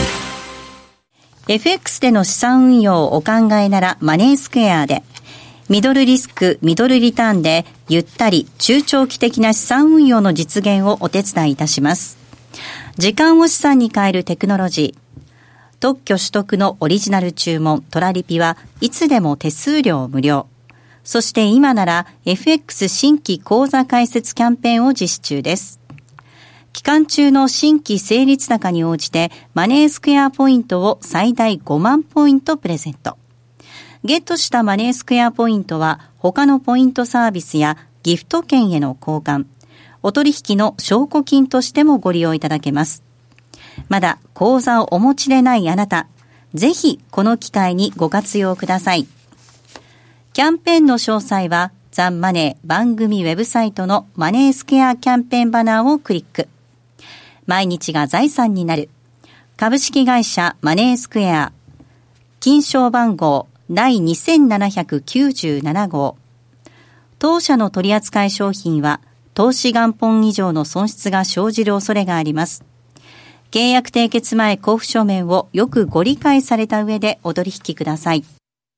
エフエックス での資産運用をお考えならマネースクエアで、 ミドルリスク、ミドルリターンでゆったり中長期的な資産運用の実現をお手伝いいたします。時間を資産に変えるテクノロジー。特許取得のオリジナル注文トラリピはいつでも手数料無料。そして今なら エフエックス 新規口座開設キャンペーンを実施中です。期間中の新規成立高に応じてマネースクエアポイントを最大ごまんポイントプレゼント。ゲットしたマネースクエアポイントは他のポイントサービスやギフト券への交換、お取引の証拠金としてもご利用いただけます。まだ口座をお持ちでないあなた、ぜひこの機会にご活用ください。キャンペーンの詳細はザンマネー番組ウェブサイトのマネースクエアキャンペーンバナーをクリック。毎日が財産になる株式会社マネースクエア、金賞番号第にせんななひゃくきゅうじゅうなな号。当社の取扱い商品は投資元本以上の損失が生じる恐れがあります。契約締結前交付書面をよくご理解された上でお取引ください。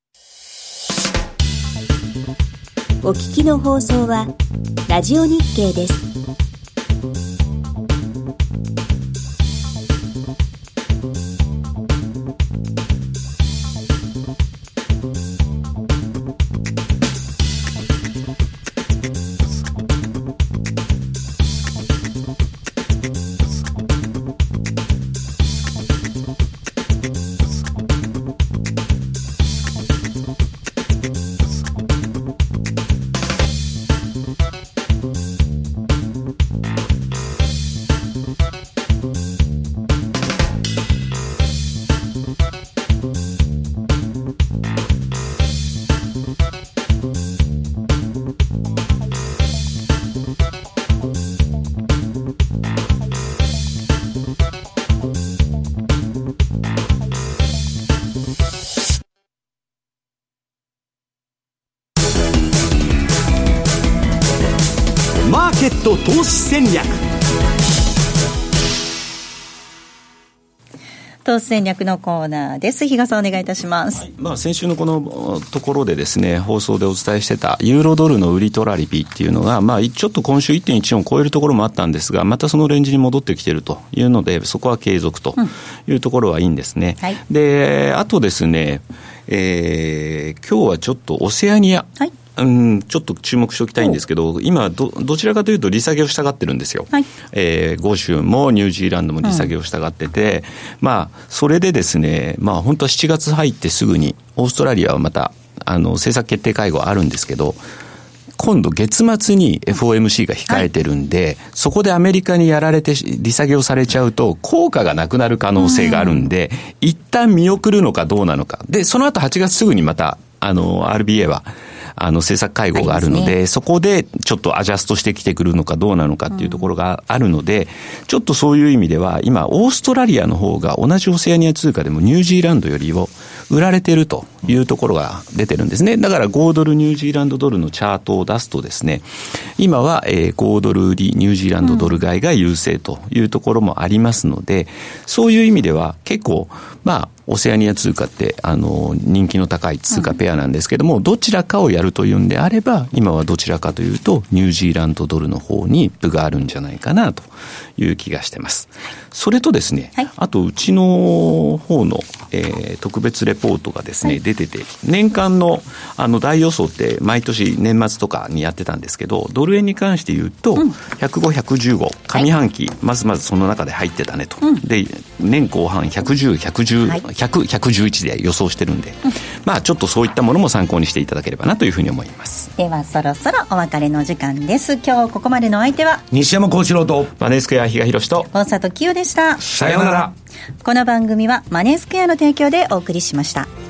お聞きの放送はラジオ日経です。 マーケット投資戦略。 投資戦略のコーナーです。比嘉さんお願いいたします。はい、 まあ、先週のこのところでですね、放送でお伝えしてたユーロドルの売りトラリピっていうのが、まあ、ちょっと今週 いってんいちよん を超えるところもあったんですが、またそのレンジに戻ってきているというので、そこは継続というところはいいんですね。うん、はい、で、あとですね、えー、今日はちょっとオセアニア、はい、うん、ちょっと注目しておきたいんですけど、今 ど, どちらかというと利下げをしたがってるんですよ。はい、えー、豪州もニュージーランドも利下げをしたがってて、うん、まあそれでですね、まあ本当はしちがつ入ってすぐにオーストラリアはまたあの政策決定会合あるんですけど、今度月末に エフオーエムシー が控えてるんで、はい、そこでアメリカにやられて利下げをされちゃうと効果がなくなる可能性があるんで、うん、一旦見送るのかどうなのかで、その後はちがつすぐにまたあの アールビーエー はあの政策会合があるので、ね、そこでちょっとアジャストしてきてくるのかどうなのかっていうところがあるので、うん、ちょっとそういう意味では今オーストラリアの方が同じオセアニア通貨でもニュージーランドよりを売られているというところが出てるんですね。だからごドルニュージーランドドルのチャートを出すとですね、今はえごドル売りニュージーランドドル買いが優勢というところもありますので、そういう意味では結構まあオセアニア通貨ってあの人気の高い通貨ペアなんですけども、どちらかをやるというんであれば今はどちらかというとニュージーランドドルの方に分があるんじゃないかなという気がしてます。それとですね、はい、あとうちの方の、えー、特別レポートがですね、はい、出てて、年間のあの大予想って毎年年末とかにやってたんですけど、ドル円に関して言うと、うん、ひゃくご、ひゃくじゅうご上半期、はい、まずまずその中で入ってたねと、うん、で年後半ひゃくじゅう、ひゃくじゅう、はい、ひゃく、ひゃくじゅういちで予想してるんで、うん、まあちょっとそういったものも参考にしていただければなというふうに思います。 ではそろそろお別れの時間です。今日ここまでのお相手は西山幸四郎とマネースクエア比嘉宏と大里清でした。 さようなら。 この番組はマネースクエアの提供でお送りしました。